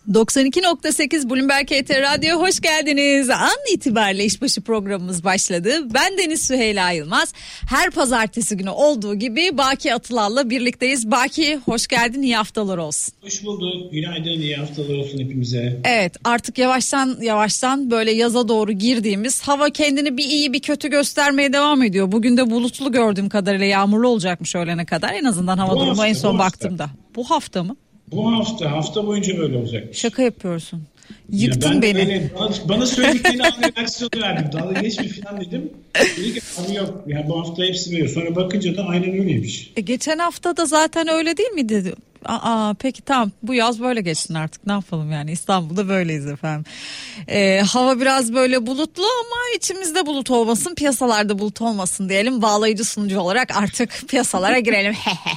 92.8 Bloomberg KT Radyo, hoş geldiniz. An itibariyle işbaşı programımız başladı. Ben Deniz Süheyla Yılmaz. Her pazartesi günü olduğu gibi Baki Atılal'la birlikteyiz. Baki, hoş geldin, iyi haftalar olsun. Hoş bulduk. Günaydın, iyi haftalar olsun hepimize. Evet, artık yavaştan böyle yaza doğru girdiğimiz, hava kendini bir iyi bir kötü göstermeye devam ediyor. Bugün de bulutlu gördüğüm kadarıyla, yağmurlu olacakmış öğlene kadar. En azından hava durumu en son baktığımda. Bu hafta mı? Bu hafta boyunca böyle olacak. Şaka yapıyorsun. Yıktın beni. Böyle, bana söylediklerini reaksiyonu verdim. Dalga geçme falan dedim. Dedi ki abi yok. Yani bu hafta hepsi böyle. Sonra bakınca da aynen öyleymiş. Geçen hafta da zaten öyle değil mi dedi. Peki tamam, bu yaz böyle geçsin artık, ne yapalım yani, İstanbul'da böyleyiz efendim. Hava biraz böyle bulutlu ama içimizde bulut olmasın, piyasalarda bulut olmasın diyelim. Bağlayıcı sunucu olarak artık piyasalara girelim.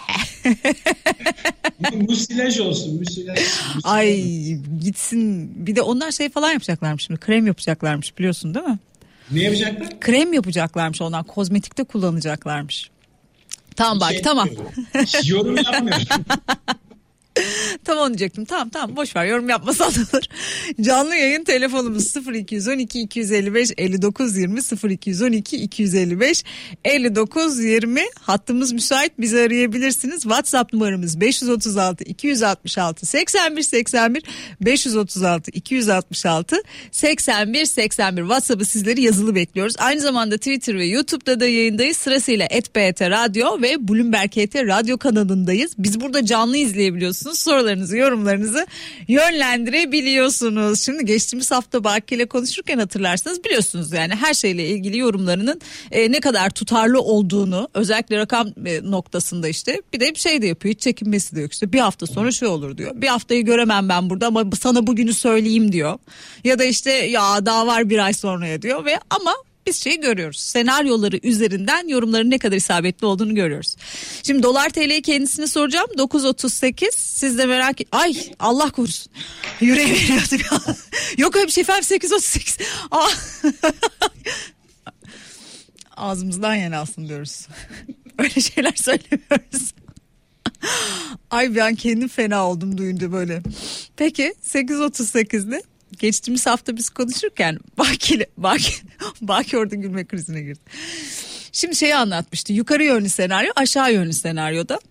Müsilaj olsun, müsilaj. Ay gitsin, bir de onlar şey falan yapacaklarmış şimdi, krem yapacaklarmış, biliyorsun değil mi? Ne yapacaklar? Krem yapacaklarmış, ondan kozmetikte kullanacaklarmış. Tamam bak, tamam. Hiç yorum yapmıyorum. Tamam diyecektim. Tamam boş ver, yorum yapmasan olur. Canlı yayın telefonumuz 0212 255 59 20 0212 255 59 20. Hattımız müsait, bizi arayabilirsiniz. WhatsApp numaramız 536 266 81 81 536 266 81 81. WhatsApp'ı sizleri yazılı bekliyoruz. Aynı zamanda Twitter ve YouTube'da da yayındayız. Sırasıyla @BT Radyo ve Bloomberg KT Radyo kanalındayız. Biz burada canlı izleyebiliyorsunuz. Sorularınızı, yorumlarınızı yönlendirebiliyorsunuz. Şimdi geçtiğimiz hafta Baki ile konuşurken hatırlarsanız, biliyorsunuz yani her şeyle ilgili yorumlarının ne kadar tutarlı olduğunu, özellikle rakam noktasında işte bir de bir şey de yapıyor. Hiç çekinmesi de yok. İşte bir hafta sonra şey olur diyor. Bir haftayı göremem ben burada ama sana bugünü söyleyeyim diyor. Ya da işte ya daha var bir ay sonraya diyor ve ama biz şeyi görüyoruz. Senaryoları üzerinden yorumların ne kadar isabetli olduğunu görüyoruz. Şimdi dolar TL'yi kendisine soracağım. 9.38. Siz de merak ay Allah korusun. Yüreğim veriyordu. Yok öyle bir şey efendim, 8.38. Ağzımızdan yen alsın diyoruz. Öyle şeyler söylemiyoruz. Ay ben kendim fena oldum duyunca böyle. Peki 8.38'de. Geçtiğimiz hafta biz konuşurken Baki orada gülme krizine girdi. Şimdi şeyi anlatmıştı. Yukarı yönlü senaryo, aşağı yönlü senaryoda.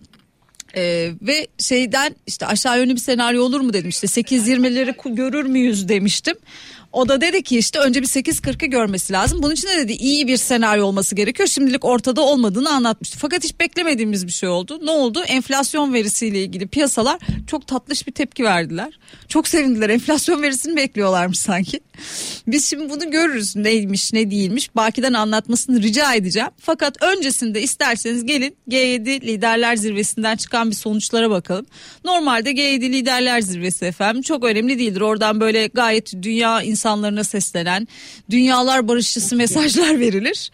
Ve şeyden işte aşağı yönlü bir senaryo olur mu dedim. İşte 8.20'leri görür müyüz demiştim. O da dedi ki işte önce bir 8.40'ı görmesi lazım. Bunun için de dedi iyi bir senaryo olması gerekiyor. Şimdilik ortada olmadığını anlatmıştı. Fakat hiç beklemediğimiz bir şey oldu. Ne oldu? Enflasyon verisiyle ilgili piyasalar çok tatlış bir tepki verdiler. Çok sevindiler. Enflasyon verisini bekliyorlarmış sanki. Biz şimdi bunu görürüz. Neymiş ne değilmiş. Baki'den anlatmasını rica edeceğim. Fakat öncesinde isterseniz gelin G7 Liderler Zirvesi'nden çıkan bir sonuçlara bakalım. Normalde G7 Liderler Zirvesi efendim çok önemli değildir. Oradan böyle gayet dünya insanlarına seslenen, dünyalar barışçısı mesajlar verilir.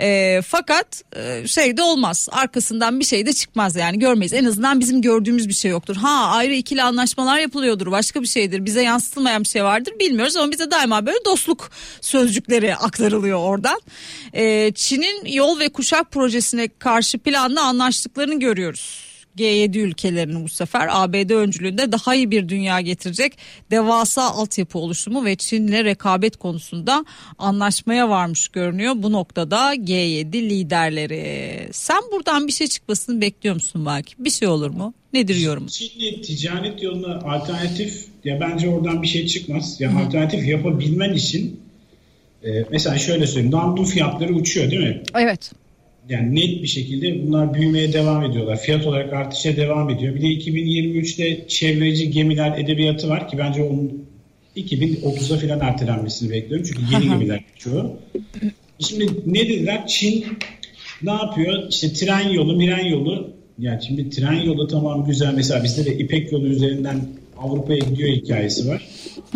Fakat şey de olmaz. Arkasından bir şey de çıkmaz yani, görmeyiz. En azından bizim gördüğümüz bir şey yoktur. Ayrı ikili anlaşmalar yapılıyordur. Başka bir şeydir. Bize yansıtılmayan bir şey vardır. Bilmiyoruz ama bize daima böyle dostluk sözcükleri aktarılıyor oradan. Çin'in yol ve kuşak projesine karşı planla anlaştıklarını görüyoruz. G7 ülkelerinin bu sefer ABD öncülüğünde daha iyi bir dünya getirecek devasa altyapı oluşumu ve Çin'le rekabet konusunda anlaşmaya varmış görünüyor. Bu noktada G7 liderleri. Sen buradan bir şey çıkmasını bekliyor musun belki? Bir şey olur mu? Nedir yorumun? Çin'le ticaret yoluna alternatif, ya bence oradan bir şey çıkmaz. Ya alternatif yapabilmen için mesela şöyle söyleyeyim. Dandik fiyatları uçuyor değil mi? Evet. Yani net bir şekilde bunlar büyümeye devam ediyorlar. Fiyat olarak artışa devam ediyor. Bir de 2023'te çevreci gemiler edebiyatı var ki bence onun 2030'a falan ertelenmesini bekliyorum. Çünkü yeni gemiler çoğu. Şimdi ne dediler? Çin ne yapıyor? İşte tren yolu, miren yolu. Yani şimdi tren yolu tamam güzel. Mesela bizde de İpek yolu üzerinden Avrupa'ya gidiyor hikayesi var.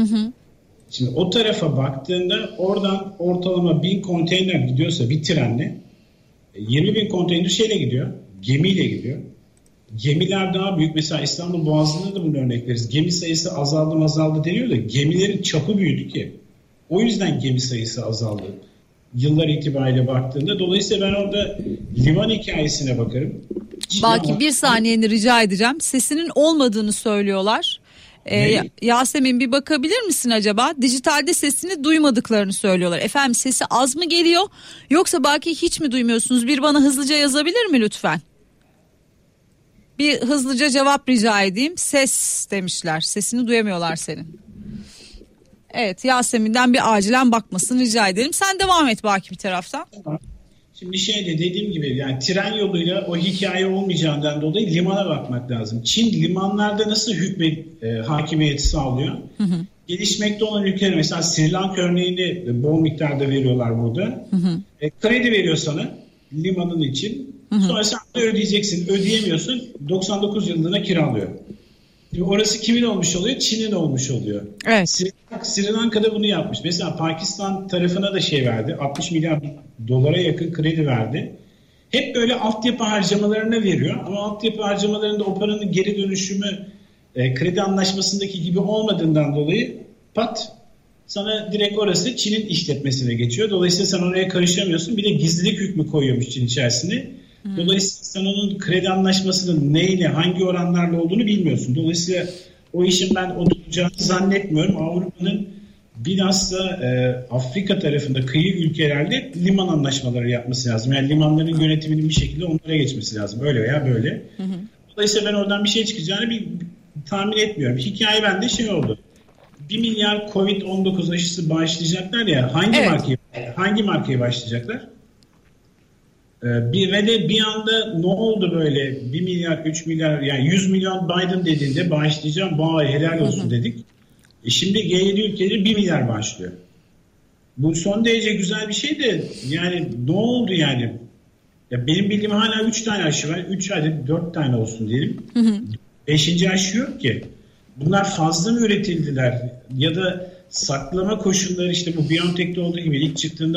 Şimdi o tarafa baktığında oradan ortalama 1000 konteyner gidiyorsa bir trenle 20.000 konteyner şeyle gidiyor. Gemiyle gidiyor. Gemiler daha büyük. Mesela İstanbul Boğazı'nda da bunu örnek veririz. Gemi sayısı azaldı deniyor da gemilerin çapı büyüdü ki. O yüzden gemi sayısı azaldı. Yıllar itibariyle baktığında. Dolayısıyla ben orada liman hikayesine bakarım. Belki bir saniyeni rica edeceğim. Sesinin olmadığını söylüyorlar. Yasemin bir bakabilir misin acaba? Dijitalde sesini duymadıklarını söylüyorlar. Efendim sesi az mı geliyor yoksa belki hiç mi duymuyorsunuz? Bir bana hızlıca yazabilir mi lütfen? Bir hızlıca cevap rica edeyim. Ses demişler. Sesini duyamıyorlar senin. Evet, Yasemin'den bir acilen bakmasını rica edelim. Sen devam et Baki bir taraftan. Şimdi dediğim gibi yani tren yoluyla o hikaye olmayacağından dolayı limana bakmak lazım. Çin limanlarda nasıl hakimiyeti sağlıyor? Gelişmekte olan ülkeler mesela Sri Lanka örneğini bol miktarda veriyorlar burada. Kredi veriyor sana limanın için. Sonra sen de ödeyeceksin. Ödeyemiyorsun. 99 yıllığına kiralıyor. Şimdi orası kimin olmuş oluyor? Çin'in olmuş oluyor. Evet. Sri Lanka'da bunu yapmış. Mesela Pakistan tarafına da verdi. 60 milyar dolara yakın kredi verdi. Hep böyle altyapı harcamalarına veriyor. Ama altyapı harcamalarında o paranın geri dönüşümü kredi anlaşmasındaki gibi olmadığından dolayı sana direkt orası Çin'in işletmesine geçiyor. Dolayısıyla sen oraya karışamıyorsun. Bir de gizlilik hükmü koyuyormuş Çin içerisine. Dolayısıyla sen onun kredi anlaşmasının neyle, hangi oranlarla olduğunu bilmiyorsun. Dolayısıyla o işin ben oturacağını zannetmiyorum. Avrupa'nın bilhassa Afrika tarafında kıyı ülkelerle liman anlaşmaları yapması lazım. Yani limanların yönetiminin bir şekilde onlara geçmesi lazım. Öyle veya böyle. Dolayısıyla ben oradan bir şey çıkacağını tahmin etmiyorum. Hikaye bende oldu. 1 milyar Covid-19 aşısı bağışlayacaklar ya. Hangi markayı bağışlayacaklar? Ve de bir anda ne oldu böyle 1 milyar 3 milyar yani 100 milyon Biden dediğinde bağışlayacağım helal olsun dedik. Şimdi G7 ülkeleri 1 milyar bağışlıyor. Bu son derece güzel bir şey de yani ne oldu yani? Ya benim bildiğim hala 3 tane aşı var. 3 hadi 4 tane olsun diyelim. 5. aşı yok ki. Bunlar fazla mı üretildiler ya da saklama koşulları bu BioNTech'te olduğu gibi ilk çıktığında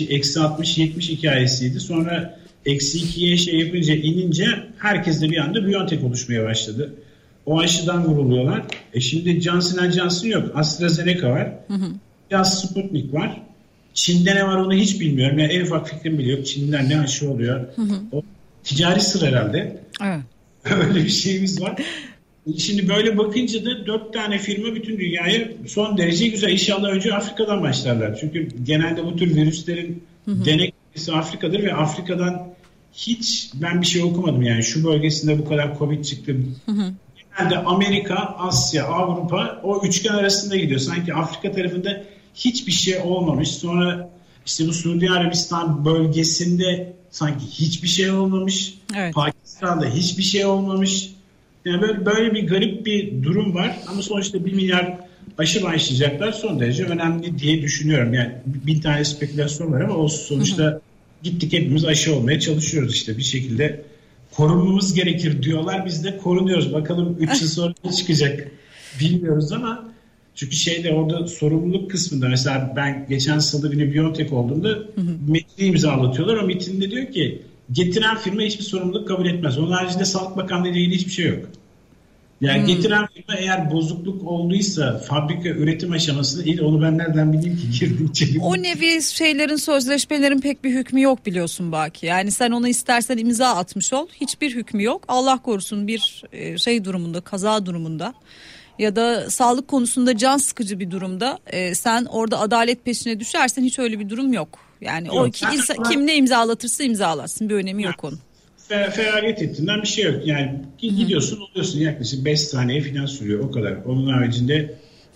-60-70 hikayesiydi. Sonra -2'ye yapınca inince herkeste bir anda BioNTech oluşmaya başladı. O aşıdan vuruluyorlar. Şimdi Johnson & Johnson yok. AstraZeneca var. Biraz Sputnik var. Çin'de ne var onu hiç bilmiyorum. Yani en ufak fikrim bile yok. Çin'den ne aşı oluyor. O ticari sır herhalde. Evet. Öyle bir şeyimiz var. Şimdi böyle bakınca da 4 tane firma bütün dünyaya son derece güzel. İnşallah önce Afrika'dan başlarlar. Çünkü genelde bu tür virüslerin deneklemesi Afrika'dır ve Afrika'dan hiç ben bir şey okumadım. Yani şu bölgesinde bu kadar Covid çıktı. Genelde Amerika, Asya, Avrupa o üçgen arasında gidiyor. Sanki Afrika tarafında hiçbir şey olmamış. Sonra bu Suudi Arabistan bölgesinde sanki hiçbir şey olmamış. Evet. Pakistan'da hiçbir şey olmamış. Yani böyle bir garip bir durum var ama sonuçta 1 milyar aşı başlayacaklar son derece önemli diye düşünüyorum. Yani 1000 tane spekülasyon var ama o sonuçta gittik hepimiz aşı olmaya çalışıyoruz bir şekilde korunmamız gerekir diyorlar. Biz de korunuyoruz. Bakalım 3 yıl sonra ne çıkacak bilmiyoruz ama çünkü orada sorumluluk kısmında mesela ben geçen salı günü BioNTech olduğumda metni imzalatıyorlar. O metinde diyor ki getiren firma hiçbir sorumluluk kabul etmez. Onun haricinde Sağlık Bakanlığı ile ilgili hiçbir şey yok. Yani getiren firma eğer bozukluk olduysa fabrika üretim aşamasında onu ben nereden bileyim ki girdim içeri. O nevi sözleşmelerin pek bir hükmü yok biliyorsun Baki. Yani sen ona istersen imza atmış ol. Hiçbir hükmü yok. Allah korusun bir durumunda, kaza durumunda ya da sağlık konusunda can sıkıcı bir durumda sen orada adalet peşine düşersen hiç öyle bir durum yok. Yani yok, kim ne imzalatırsa imzalatsın bir önemi yok onun. Feragat ettiğinden bir şey yok. Yani gidiyorsun oluyorsun yaklaşık 5 saniye falan sürüyor o kadar. Onun haricinde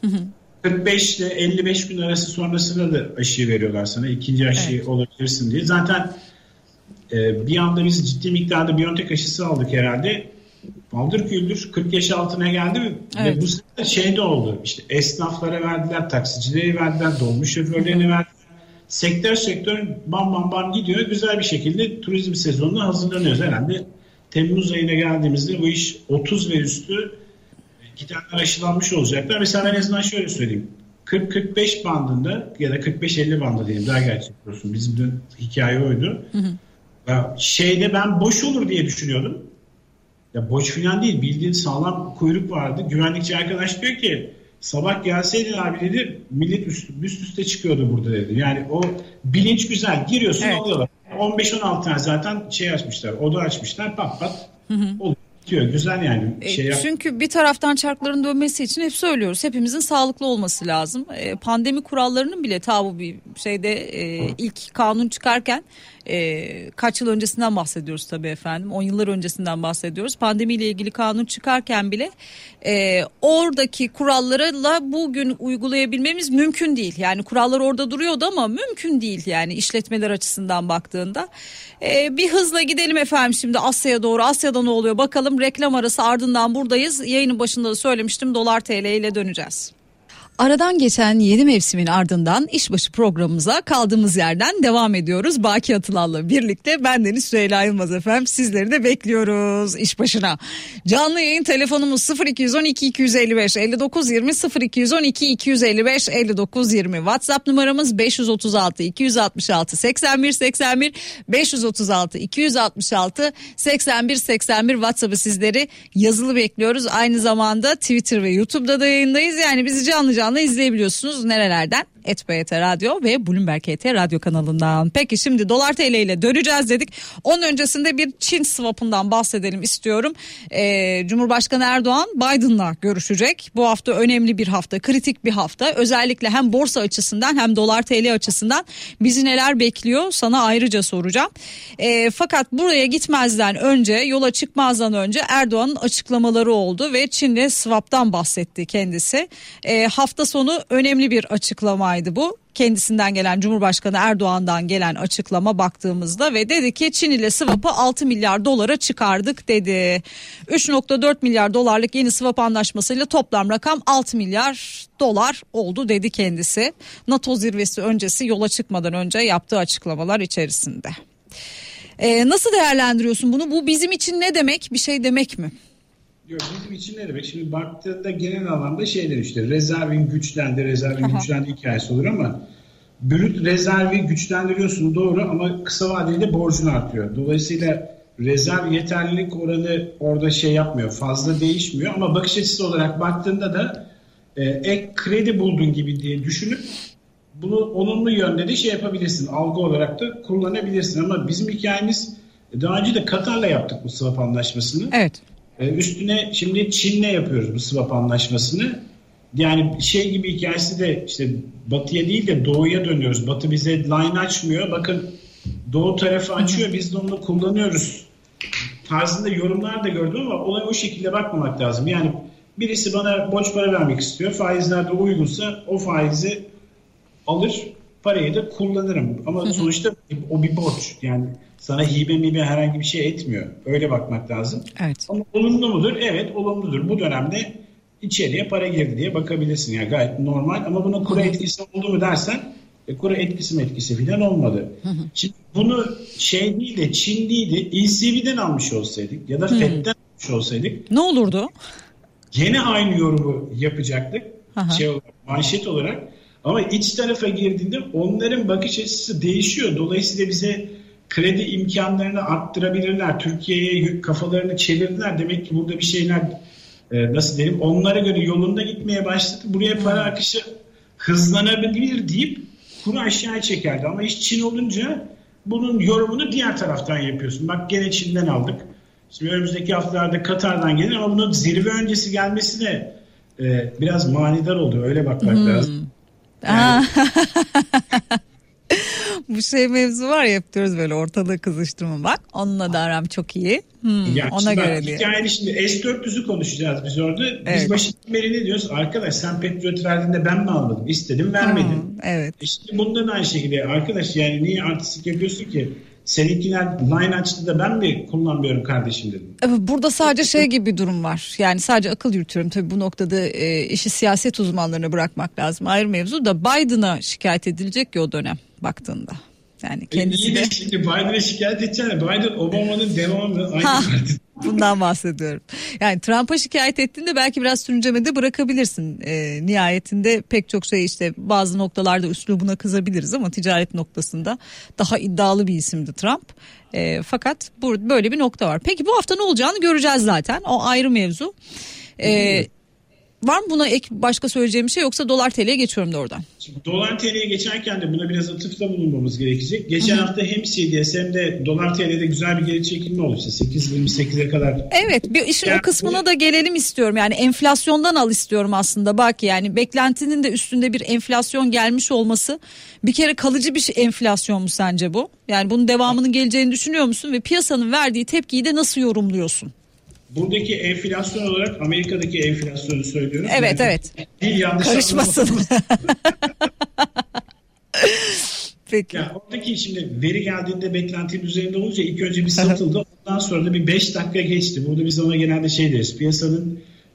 45 ile 55 gün arası sonrasında da aşıyı veriyorlar sana. İkinci aşıyı olabilirsin diye. Zaten bir anda biz ciddi miktarda BioNTech aşısı aldık herhalde. Baldır küldür 40 yaş altına geldi mi? Evet. Ve bu sefer de oldu. Esnaflara verdiler, taksicilere verdiler, dolmuş şoförlerine verdiler. Sektör bam bam gidiyor. Güzel bir şekilde turizm sezonuna hazırlanıyoruz. Herhalde Temmuz ayına geldiğimizde bu iş 30 ve üstü gidenler aşılanmış olacaklar. Mesela ben en azından şöyle söyleyeyim. 40-45 bandında ya da 45-50 bandı diyelim daha gerçek olsun. Bizim de hikaye oydu. Ben boş olur diye düşünüyordum. Ya boş falan değil. Bildiğin sağlam kuyruk vardı. Güvenlikçi arkadaş diyor ki sabah gelseydin abi dedi millet üst üste çıkıyordu burada dedi. Yani o bilinç güzel. Giriyorsun alıyorlar. 15-16 tane zaten açmışlar. Oda açmışlar. Pat pat oluyor. bitiyor. Güzel yani. Çünkü bir taraftan çarkların dönmesi için hep söylüyoruz. Hepimizin sağlıklı olması lazım. Pandemi kurallarının bile bu bir şeyde ilk kanun çıkarken kaç yıl öncesinden bahsediyoruz tabii efendim. 10 yıllar öncesinden bahsediyoruz. Pandemiyle ilgili kanun çıkarken bile oradaki kurallarla bugün uygulayabilmemiz mümkün değil. Yani kurallar orada duruyordu ama mümkün değil yani işletmeler açısından baktığında. Bir hızla gidelim efendim şimdi Asya'ya doğru. Asya'da ne oluyor bakalım, reklam arası ardından buradayız. Yayının başında da söylemiştim, dolar TL ile döneceğiz. Aradan geçen yeni mevsimin ardından işbaşı programımıza kaldığımız yerden devam ediyoruz. Baki Atılal'la birlikte bendeniz Süheyla Yılmaz efendim. Sizleri de bekliyoruz işbaşına. Canlı yayın telefonumuz 0212 255 59 20 0212 255 59 20. WhatsApp numaramız 536 266 81 81 536 266 81 81. WhatsApp'ı sizleri yazılı bekliyoruz. Aynı zamanda Twitter ve YouTube'da da yayındayız. Yani bizi canlı izleyebiliyorsunuz. Nerelerden? @BYT Radyo ve Bloomberg HT Radyo kanalından. Peki şimdi dolar TL ile döneceğiz dedik. Onun öncesinde bir Çin swap'ından bahsedelim istiyorum. Cumhurbaşkanı Erdoğan Biden'la görüşecek. Bu hafta önemli bir hafta, kritik bir hafta. Özellikle hem borsa açısından hem dolar TL açısından bizi neler bekliyor sana ayrıca soracağım. Fakat buraya gitmezden önce, yola çıkmazdan önce Erdoğan'ın açıklamaları oldu ve Çin'le swap'tan bahsetti kendisi. Hafta sonu önemli bir açıklama bu. Kendisinden gelen, Cumhurbaşkanı Erdoğan'dan gelen açıklama baktığımızda ve dedi ki Çin ile swap'ı 6 milyar dolara çıkardık dedi. 3.4 milyar dolarlık yeni swap anlaşmasıyla toplam rakam 6 milyar dolar oldu dedi kendisi. NATO zirvesi öncesi, yola çıkmadan önce yaptığı açıklamalar içerisinde. Nasıl değerlendiriyorsun bunu? Bu bizim için ne demek? Bir şey demek mi? Bizim için ne demek? Şimdi baktığında genel anlamda şeyler işte rezervin güçlendi hikayesi olur ama brüt rezervi güçlendiriyorsun doğru ama kısa vadeli de borcun artıyor. Dolayısıyla rezerv yeterlilik oranı orada yapmıyor, fazla değişmiyor ama bakış açısı olarak baktığında da ek kredi buldun gibi diye düşünüp bunu olumlu yönde de yapabilirsin. Algı olarak da kullanabilirsin ama bizim hikayemiz daha önce de Katar'la yaptık bu swap anlaşmasını. Evet. Üstüne şimdi Çin'le yapıyoruz bu swap anlaşmasını. Yani gibi hikayesi de işte batıya değil de doğuya dönüyoruz. Batı bize line açmıyor. Bakın doğu tarafı açıyor. Biz de onu kullanıyoruz. Tarzında yorumlar da gördüm ama olaya o şekilde bakmamak lazım. Yani birisi bana borç para vermek istiyor. Faizler de uygunsa o faizi alır. Parayı da kullanırım. Ama sonuçta o bir borç. Yani sana hibe herhangi bir şey etmiyor. Öyle bakmak lazım. Evet. Ama olumlu mudur? Evet olumludur. Bu dönemde içeriye para girdi diye bakabilirsin. Yani gayet normal ama bunun kura etkisi oldu mu dersen kura etkisi falan olmadı. Şimdi bunu değil de Çin değil de ECB'den almış olsaydık ya da FED'den almış olsaydık ne olurdu? Gene aynı yorumu yapacaktık. Manşet olarak. Ama iç tarafa girdiğinde onların bakış açısı değişiyor. Dolayısıyla bize kredi imkanlarını arttırabilirler. Türkiye'ye kafalarını çevirdiler. Demek ki burada bir şeyler onlara göre yolunda gitmeye başladı. Buraya para akışı hızlanabilir deyip kuru aşağıya çekerdi. Ama iş Çin olunca bunun yorumunu diğer taraftan yapıyorsun. Bak gene Çin'den aldık. Şimdi önümüzdeki haftalarda Katar'dan gelir ama bunun zirve öncesi gelmesi de biraz manidar oldu. Öyle bakmak lazım. Yani... Bu mevzu var ya, hep diyoruz böyle ortalığı kızıştırma, bak onunla da aram çok iyi. Ona göre diye. Hikayeli şimdi S-400'ü konuşacağız biz orada. Evet. Biz başından beri ne diyoruz? Arkadaş sen Patriot verdiğinde ben mi almadım? İstedim vermedim. Evet. Şimdi bunda da aynı şekilde arkadaş yani niye artistik yapıyorsun ki? Seninkiler line açtı da ben mi kullanmıyorum kardeşim dedim. Burada sadece gibi bir durum var. Yani sadece akıl yürütüyorum. Tabii bu noktada işi siyaset uzmanlarına bırakmak lazım. Ayrı mevzu da Biden'a şikayet edilecek ki o dönem baktığında. Yani kendisi de... Şimdi Biden'a şikayet edeceğine Biden Obama'nın devamı aynı parti. Bundan bahsediyorum. Yani Trump'a şikayet ettiğinde belki biraz sürüncemede bırakabilirsin. Nihayetinde pek çok işte bazı noktalarda üslubuna kızabiliriz ama ticaret noktasında daha iddialı bir isimdi Trump. Fakat böyle bir nokta var. Peki bu hafta ne olacağını göreceğiz zaten. O ayrı mevzu. Var mı buna ek başka söyleyeceğim bir şey, yoksa dolar TL'ye geçiyorum da oradan? Şimdi dolar TL'ye geçerken de buna biraz atıfta bulunmamız gerekecek. Geçen hafta hem CDS hem de dolar TL'de güzel bir geri çekilme oldu. 8.28'e kadar. Evet, bir işin o kısmına da gelelim istiyorum. Yani enflasyondan al istiyorum aslında. Bak, yani beklentinin de üstünde bir enflasyon gelmiş olması, bir kere kalıcı bir enflasyon mu sence bu? Yani bunun devamının geleceğini düşünüyor musun ve piyasanın verdiği tepkiyi de nasıl yorumluyorsun? Buradaki enflasyon olarak Amerika'daki enflasyonu söylüyorum. Evet, yani, evet. Değil, yanlış karışmasın. Peki. Ya oradaki şimdi veri geldiğinde beklentinin üzerinde olunca ilk önce bir satıldı. Ondan sonra da bir 5 dakika geçti. Burada biz ona genelde şey deriz. Piyasanın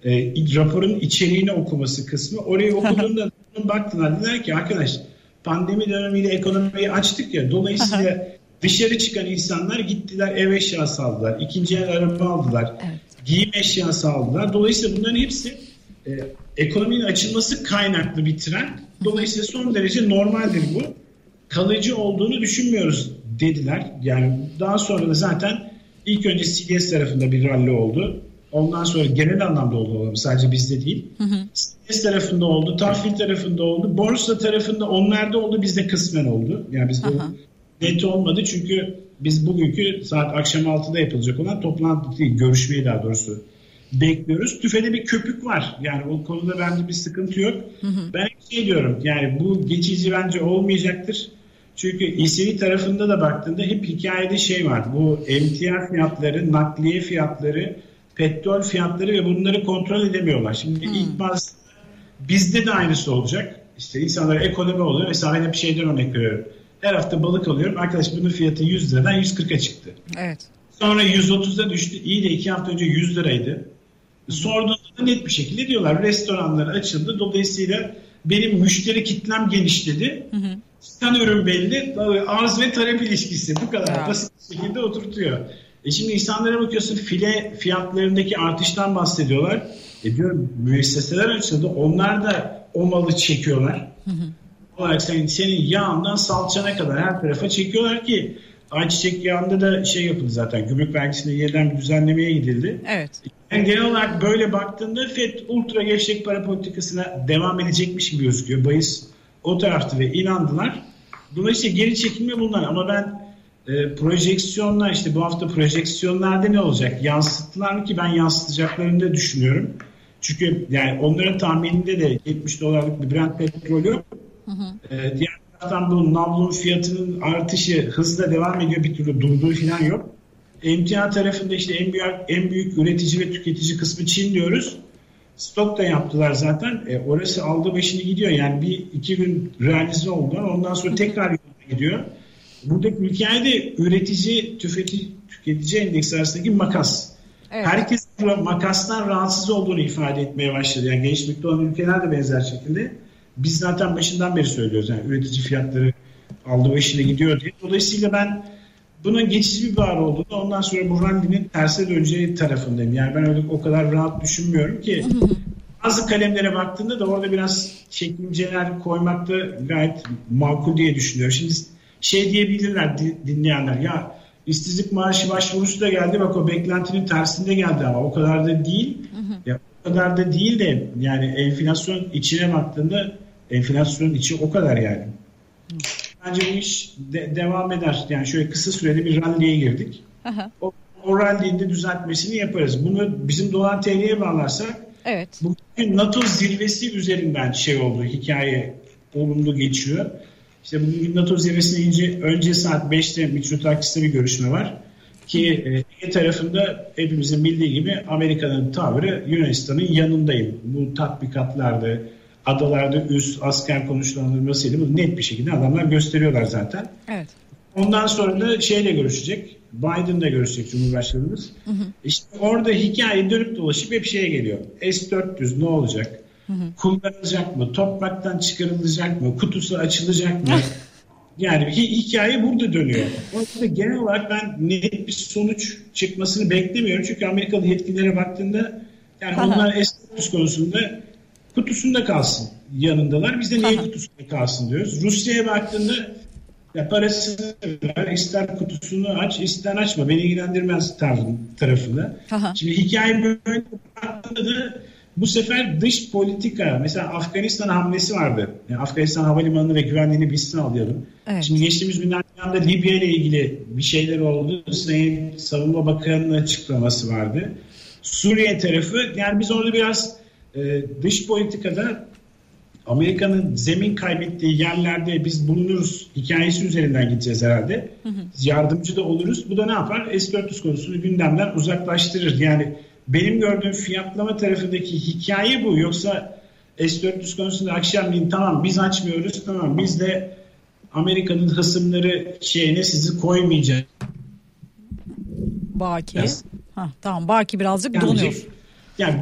raporun içeriğini okuması kısmı. Orayı okuduğunda baktılar. Dediler ki arkadaş, pandemi dönemiyle ekonomiyi açtık ya. Dolayısıyla dışarı çıkan insanlar gittiler, ev eşyası aldılar. İkinci el araba aldılar. Evet. Giyim eşyası aldılar. Dolayısıyla bunların hepsi ekonominin açılması kaynaklı bir trend. Dolayısıyla son derece normaldir bu. Kalıcı olduğunu düşünmüyoruz dediler. Yani daha sonra da zaten ilk önce CDS tarafında bir rally oldu. Ondan sonra genel anlamda oldu, sadece bizde değil. CDS tarafında oldu, tahvil tarafında oldu, borsa tarafında onlarda oldu, bizde kısmen oldu. Yani bizde net olmadı çünkü biz bugünkü saat akşam 6'da yapılacak olan toplantı değil, görüşmeyi daha doğrusu bekliyoruz. TÜFE'de bir köpük var. Yani o konuda bence bir sıkıntı yok. Ben şey diyorum, yani bu geçici bence olmayacaktır. Çünkü ECB tarafında da baktığında hep hikayede şey var. Bu emtia fiyatları, nakliye fiyatları, petrol fiyatları ve bunları kontrol edemiyorlar. Şimdi ilk bazı bizde de aynısı olacak. İşte insanlar ekonomi oluyor. Mesela ben bir şeyden örnek veriyorum. Her hafta balık alıyorum. Arkadaş bunun fiyatı 100 liradan 140'a çıktı. Evet. Sonra 130'a düştü. İyi de 2 hafta önce 100 liraydı. Sorduğunda da net bir şekilde diyorlar. Restoranlar açıldı. Dolayısıyla benim müşteri kitlem genişledi. Çıkan ürün belli. Arz ve talep ilişkisi. Bu kadar basit bir şekilde oturtuyor. Şimdi insanlara bakıyorsun, file fiyatlarındaki artıştan bahsediyorlar. Diyorum müesseseler açıldı. Onlar da o malı çekiyorlar. Olarak senin yağından salçana kadar her tarafa çekiyorlar ki ayçiçek yağında da şey yapıldı zaten. Gümrük vergisinde yeniden bir düzenlemeye gidildi. Evet. Yani genel olarak böyle baktığında FED ultra gevşek para politikasına devam edecekmiş gibi gözüküyor. Bahis o tarafta ve inandılar. Dolayısıyla geri çekilme bunlar. Ama ben projeksiyonlar, işte bu hafta projeksiyonlarda ne olacak? Yansıttılar mı ki? Ben yansıtacaklarını da düşünüyorum. Çünkü yani onların tahmininde de $70 bir Brent petrol yok. Diğer taraftan bu navlun fiyatının artışı hızla devam ediyor. Bir türlü durduğu falan yok. Emtia tarafında işte en büyük üretici ve tüketici kısmı Çin diyoruz. Stok da yaptılar zaten. Orası aldı başını gidiyor. Yani 2 gün realize oldu. Ondan sonra tekrar yoluna gidiyor. Buradaki hikayede üretici, tüketici endeksi arasındaki makas. Evet. Herkes makastan rahatsız olduğunu ifade etmeye başladı. Yani gelişmekte olan ülkeler de benzer şekilde. Biz zaten başından beri söylüyoruz. Yani üretici fiyatları aldı başına gidiyor diye. Dolayısıyla ben bunun geçici bir var olduğunu, ondan sonra bu rally'nin terse döneceği tarafındayım. Yani ben öyle o kadar rahat düşünmüyorum ki. Bazı kalemlere baktığında da orada biraz çekimceler koymak da gayet makul diye düşünüyorum. Şimdi şey diyebilirler dinleyenler, ya işsizlik maaşı başvurusu da geldi, bak o beklentinin tersinde geldi, ama o kadar da değil. Ya o kadar da değil de yani enflasyon içine baktığında enflasyonun içi o kadar yani. Bence bu iş devam eder. Yani şöyle kısa sürede bir rally'ye girdik. O rally'nin de düzeltmesini yaparız. Bunu bizim dolar TL'ye bağlarsak, evet. Bugün NATO zirvesi üzerinden şey oldu, hikaye olumlu geçiyor. İşte bugün NATO zirvesine önce saat 5'te Mitsotakis'te bir görüşme var. Ki Ege tarafında hepimizin bildiği gibi Amerika'nın tavrı Yunanistan'ın yanındayım. Bu tatbikatlarda, adalarda üst asker konuşlandırmasıyla bunu net bir şekilde adamlar gösteriyorlar zaten. Evet. Ondan sonra da şeyle görüşecek. Biden'la görüşecek Cumhurbaşkanımız. İşte orada hikaye dönüp dolaşıp hep şeye geliyor. S-400 ne olacak? Kullanılacak mı? Topraktan çıkarılacak mı? Kutusu açılacak mı? Yani hikaye burada dönüyor. Orada genel olarak ben net bir sonuç çıkmasını beklemiyorum. Çünkü Amerikalı yetkililere baktığında yani onlar S-400 konusunda kutusunda kalsın yanındalar. Biz de niye kutusunda kalsın diyoruz. Rusya'ya baktığında ya parasını ver, ister kutusunu aç, ister açma. Beni ilgilendirmez tarafında. Şimdi hikaye böyle baktığında da Bu sefer dış politika, mesela Afganistan hamlesi vardı. Yani Afganistan havalimanını ve güvenliğini biz sağlayalım. Evet. Şimdi geçtiğimiz günlerde Libya ile ilgili bir şeyler oldu. Sayın Savunma Bakanı'nın açıklaması vardı. Suriye tarafı, yani biz orada biraz dış politikada Amerika'nın zemin kaybettiği yerlerde biz bulunuruz hikayesi üzerinden gideceğiz herhalde. Yardımcı da oluruz. Bu da ne yapar? S-400 konusunu gündemden uzaklaştırır. Yani benim gördüğüm fiyatlama tarafındaki hikaye bu. Yoksa S-400 konusunda akşamleyin tamam biz açmıyoruz, tamam biz de Amerika'nın hısımları şeyine sizi koymayacağız. Baki. Tamam, Baki birazcık donuyor. Yani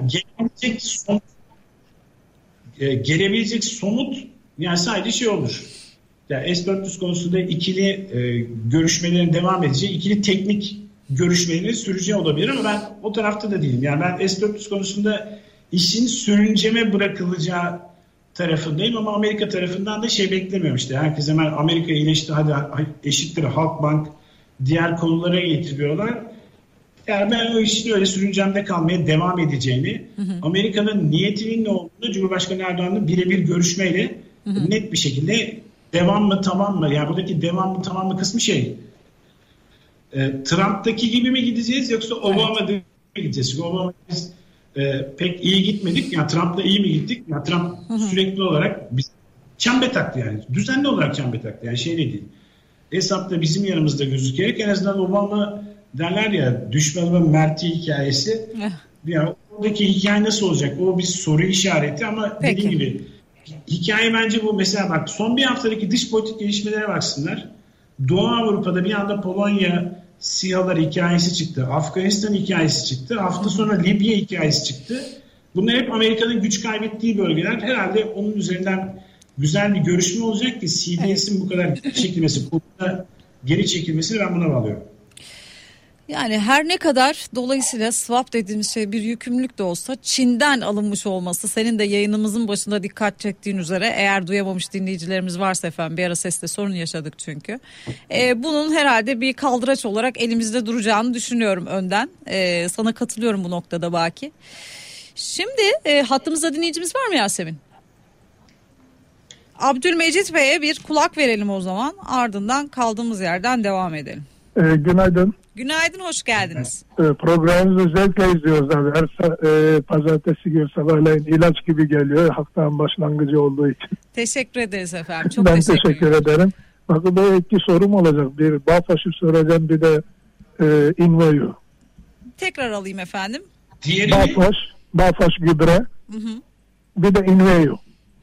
gelebilecek somut yani sadece şey olur. Yani S-400 konusunda ikili görüşmelerin devam edeceği, ikili teknik görüşmelerin süreceği olabilir ama ben o tarafta da değilim. Yani ben S-400 konusunda işin sürünceme bırakılacağı tarafındayım ama Amerika tarafından da şey beklemiyorum işte. Herkes hemen Amerika iyileşti, hadi eşittir Halkbank, diğer konulara getiriyorlar. Yani ben o işin öyle sürüncemde kalmaya devam edeceğini, Amerika'nın niyetinin ne olduğunu Cumhurbaşkanı Erdoğan'la birebir görüşmeyle net bir şekilde devam mı tamam mı? Yani buradaki devam mı tamam mı kısmı şey. Trump'taki gibi mi gideceğiz yoksa Obama'da mı gideceğiz? Çünkü Obama biz pek iyi gitmedik. Yani Trump'la iyi mi gittik? Yani Trump sürekli olarak biz çembe taktı yani. Düzenli olarak çembe taktı. Yani şey değil. Hesapta bizim yanımızda gözükerek en azından Obama derler ya düşmanımın Mert'i hikayesi. Yani oradaki hikaye nasıl olacak? O bir soru işareti ama dediğim gibi hikaye bence bu. Mesela bak son bir haftadaki dış politik gelişmelere baksınlar. Doğu Avrupa'da bir anda Polonya SİHA'lar hikayesi çıktı. Afganistan hikayesi çıktı. Hafta sonra Libya hikayesi çıktı. Bunlar hep Amerika'nın güç kaybettiği bölgeler. Herhalde onun üzerinden güzel bir görüşme olacak ki CDS'in bu kadar çekilmesi, konuda geri çekilmesini ben buna bağlıyorum. Yani her ne kadar dolayısıyla swap dediğimiz şey bir yükümlülük de olsa Çin'den alınmış olması, senin de yayınımızın başında dikkat çektiğin üzere, eğer duyamamış dinleyicilerimiz varsa efendim, bir ara seste sorun yaşadık çünkü. Bunun herhalde bir kaldıraç olarak elimizde duracağını düşünüyorum önden. Sana katılıyorum bu noktada Baki. Şimdi hattımızda dinleyicimiz var mı Yasemin? Abdülmecit Bey'e bir kulak verelim o zaman, ardından kaldığımız yerden devam edelim. Günaydın. Günaydın, hoş geldiniz. Programınızı özellikle izliyoruz abi. Her pazartesi günü sabahleyin ilaç gibi geliyor. Haftanın başlangıcı olduğu için. Teşekkür ederiz efendim. Çok ben teşekkür ederim. Bakın böyle iki sorum olacak. Bir Bağfaş'ı soracağım, bir de İnve'yu. Tekrar alayım efendim. Bağfaş gübre. Bir de İnve'yu.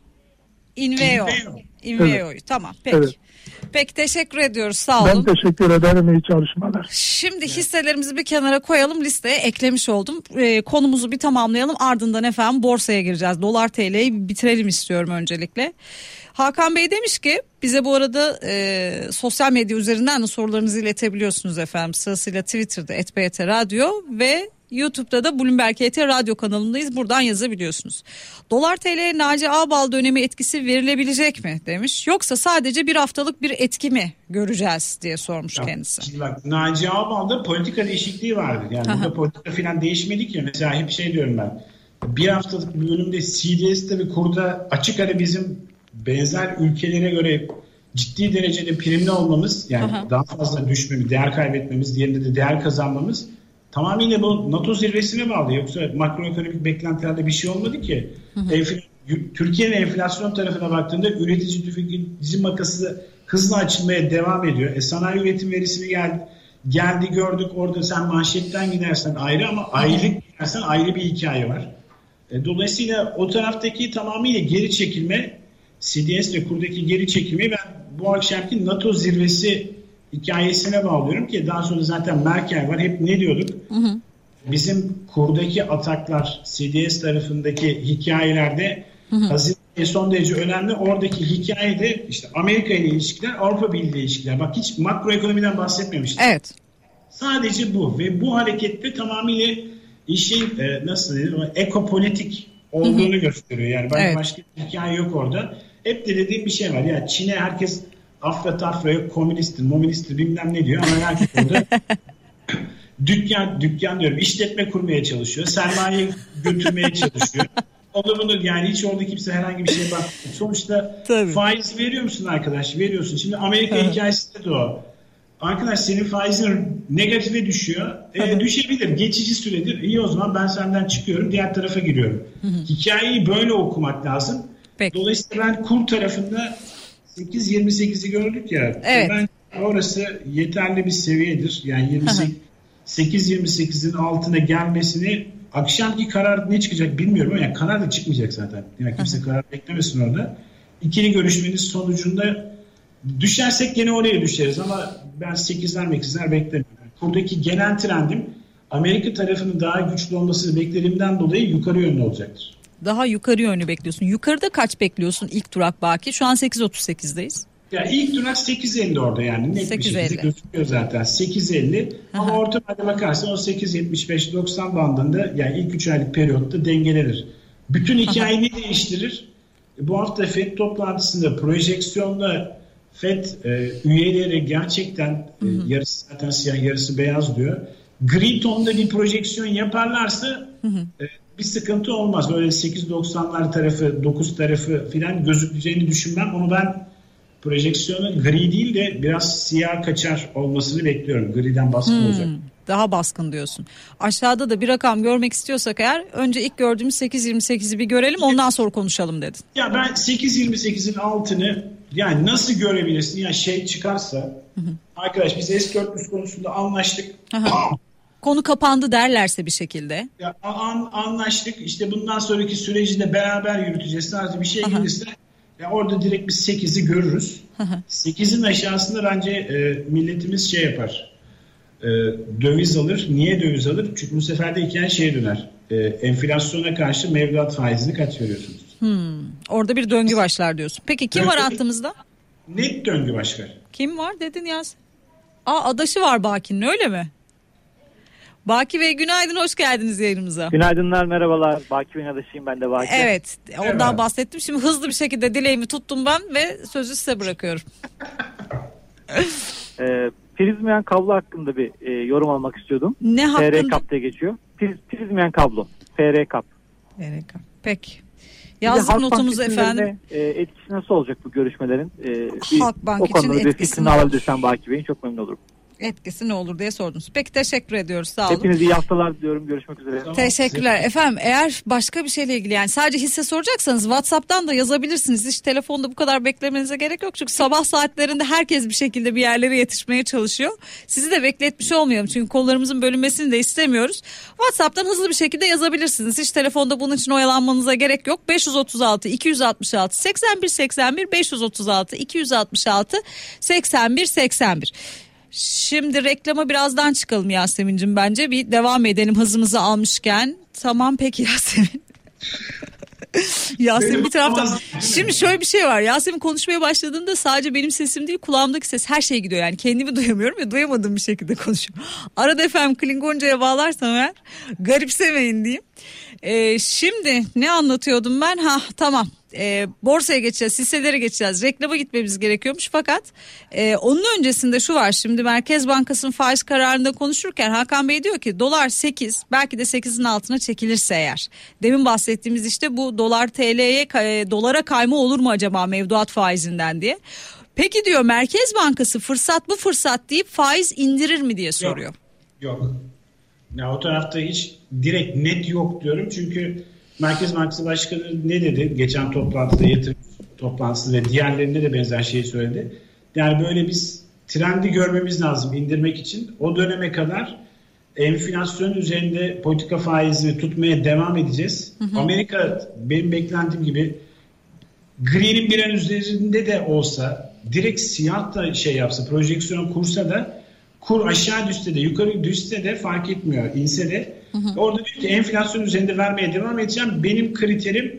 İnve'yu. Evet. Tamam, peki. Evet. Peki, teşekkür ediyoruz, sağ olun. Ben teşekkür ederim, iyi çalışmalar. Şimdi hisselerimizi bir kenara koyalım, listeye eklemiş oldum. Konumuzu bir tamamlayalım, ardından efendim borsaya gireceğiz. Dolar TL'yi bitirelim istiyorum öncelikle. Hakan Bey demiş ki bize bu arada sosyal medya üzerinden de sorularınızı iletebiliyorsunuz efendim. Sırasıyla Twitter'da @BT Radyo ve YouTube'da da Bloomberg ET Radyo kanalındayız. Buradan yazabiliyorsunuz. Dolar TL'ye Naci Ağbal dönemi etkisi verilebilecek mi demiş. Yoksa sadece bir haftalık bir etki mi göreceğiz diye sormuş kendisi. Şimdi bak, Naci Ağbal'da politika değişikliği vardı. Yani burada politika falan değişmedik ya. Mesela hep şey diyorum ben. Bir haftalık bir bölümde CDS'te ve kurda açık ara bizim benzer ülkelere göre ciddi derecede primli olmamız, yani daha fazla düşmemiz, değer kaybetmemiz, diğerinde de değer kazanmamız tamamıyla bu NATO zirvesine bağlı. Yoksa makroekonomik beklentilerde bir şey olmadı ki. Türkiye'nin enflasyon tarafına baktığında üretici tüketim makası hızla açılmaya devam ediyor. Sanayi üretim verisini geldi gördük. Orada sen manşetten gidersen ayrı ama aylık gidersen ayrı bir hikaye var. Dolayısıyla o taraftaki tamamıyla geri çekilme, CDS ve kurdaki geri çekilmeyi ben bu akşamki NATO zirvesi hikayesine bağlıyorum ki daha sonra zaten Merkel var. Hep ne diyorduk? Bizim kurdaki ataklar, CDS tarafındaki hikayelerde Haziran son derece önemli. Oradaki hikayede işte Amerika ile ilişkiler, Avrupa Birliği ile ilişkiler. Bak hiç makroekonomiden bahsetmemiştim. Evet. Sadece bu ve bu harekette tamamıyla işin nasıl diyeyim, ekopolitik olduğunu gösteriyor. Yani başka bir hikaye yok orada. Hep de dediğim bir şey var. Yani Çin'e herkes afra tafra yok, komünisttir, moministtir bilmem ne diyor ama herkes orada dükkan diyorum, işletme kurmaya çalışıyor. Sermaye götürmeye çalışıyor. Olur yani hiç orada kimse herhangi bir şeye bakmıyor. Sonuçta faiz veriyor musun arkadaş? Veriyorsun. Şimdi Amerika hikayesinde de o. Arkadaş senin faizin negatife düşüyor. Düşebilir. Geçici süredir. İyi o zaman ben senden çıkıyorum. Diğer tarafa giriyorum. Hikayeyi böyle okumak lazım. Peki. Dolayısıyla ben kur tarafında 8.28'i gördük ya. Evet. Ben orası yeterli bir seviyedir. Yani 8.28'in altına gelmesini, akşamki karar ne çıkacak bilmiyorum ama yani karar da çıkmayacak zaten. Yani kimse karar beklemesin orada. İkili görüşmenin sonucunda düşersek gene oraya düşeriz ama ben 8'ler beklemiyorum. Buradaki genel trendim Amerika tarafının daha güçlü olmasını beklediğimden dolayı yukarı yönlü olacaktır. Daha yukarı yönlü bekliyorsun. Yukarıda kaç bekliyorsun ilk durak Baki? Şu an 8.38'deyiz. Ya ilk durak 8.50 orada yani. Net bir şekilde gözüküyor zaten. 8.50 ama orta vade bakarsan o 8.75-90 bandında yani ilk 3 aylık periyotta dengelenir. Bütün hikayeyi ne değiştirir? Bu hafta FED toplantısında projeksiyonla FED üyeleri gerçekten yarısı zaten siyah yarısı beyaz diyor. Gri tonda bir projeksiyon yaparlarsa bir sıkıntı olmaz. Öyle 8.90'lar tarafı 9 tarafı filan gözükeceğini düşünmem. Onu ben projeksiyonun gri değil de biraz siyah kaçar olmasını bekliyorum. Gri'den baskın olacak. Daha baskın diyorsun. Aşağıda da bir rakam görmek istiyorsak eğer önce ilk gördüğümüz 8.28'i bir görelim ondan sonra konuşalım dedin. Ya ben 8.28'in altını yani nasıl görebilirsin? Yani şey çıkarsa arkadaş biz S-400 konusunda anlaştık. Konu kapandı derlerse bir şekilde. Ya anlaştık. İşte bundan sonraki süreci de beraber yürüteceğiz. Sadece bir şey gelirse ya orada direkt biz 8'i görürüz. 8'in aşağısında bence milletimiz şey yapar. Döviz alır. Niye döviz alır? Çünkü bu sefer de hikaye şeye döner. Enflasyona karşı mevduat faizini kaç veriyorsunuz? Orada bir döngü başlar diyorsun. Peki kim var hattımızda? Net döngü başlar. Kim var dedin Yaz? Adaşı var Baki'nin öyle mi? Baki Bey günaydın, hoş geldiniz yayınımıza. Günaydınlar, merhabalar. Baki Bey'in adaşıyım, ben de Baki. Evet, ondan bahsettim. Şimdi hızlı bir şekilde dileğimi tuttum ben ve sözü size bırakıyorum. Prizmeyen kablo hakkında bir yorum almak istiyordum. Ne hakkında? FR-Kap diye geçiyor. Prizmeyen kablo. FR-Kap. FR-Kap. Peki. Yazdık notumuzu efendim. Etkisi nasıl olacak bu görüşmelerin? Halkbank için etkisi. O konuda bir fikrini alabilirsem Baki Bey'in çok memnun olurum. Etkisi ne olur diye sordunuz. Peki teşekkür ediyoruz. Sağ olun. Hepinize iyi haftalar diliyorum. Görüşmek üzere. Tamam. Teşekkürler. Efendim eğer başka bir şeyle ilgili yani sadece hisse soracaksanız WhatsApp'tan da yazabilirsiniz. Hiç telefonda bu kadar beklemenize gerek yok. Çünkü sabah saatlerinde herkes bir şekilde bir yerlere yetişmeye çalışıyor. Sizi de bekletmiş olmayalım. Çünkü kollarımızın bölünmesini de istemiyoruz. WhatsApp'tan hızlı bir şekilde yazabilirsiniz. Hiç telefonda bunun için oyalanmanıza gerek yok. 536 266 81 81 536 266 81 81. Şimdi reklama birazdan çıkalım Yasemin'cim bence. Bir devam edelim hızımızı almışken. Tamam peki Yasemin. Yasemin bir taraftan. Şimdi şöyle bir şey var. Yasemin konuşmaya başladığında sadece benim sesim değil kulağımdaki ses her şey gidiyor. Yani kendimi duyamıyorum ve duyamadığım bir şekilde konuşuyorum. Arada efendim Klingonca'ya bağlarsam eğer garipsemeyin diyeyim. Şimdi ne anlatıyordum ben? Tamam. Borsaya geçeceğiz, hisselere geçeceğiz. Reklama gitmemiz gerekiyormuş fakat onun öncesinde şu var. Şimdi Merkez Bankası'nın faiz kararında konuşurken Hakan Bey diyor ki dolar 8 belki de 8'in altına çekilirse eğer. Demin bahsettiğimiz işte bu dolar TL'ye dolara kayma olur mu acaba mevduat faizinden diye. Peki diyor Merkez Bankası fırsat bu fırsat deyip faiz indirir mi diye soruyor. Yok. Ya o tarafta hiç direkt net yok diyorum çünkü Merkez Bankası Başkanı ne dedi? Geçen toplantıda, yatırım toplantısı ve diğerlerinde de benzer şeyi söyledi. Yani böyle biz trendi görmemiz lazım indirmek için. O döneme kadar enflasyon üzerinde politika faizini tutmaya devam edeceğiz. Amerika benim beklentim gibi gri'nin bir an üzerinde de olsa direkt siyah da şey yapsa, projeksiyon kursa da kur aşağı düşse de yukarı düşse de fark etmiyor. İnse de orada diyor ki enflasyon üzerinde vermeye devam edeceğim. Benim kriterim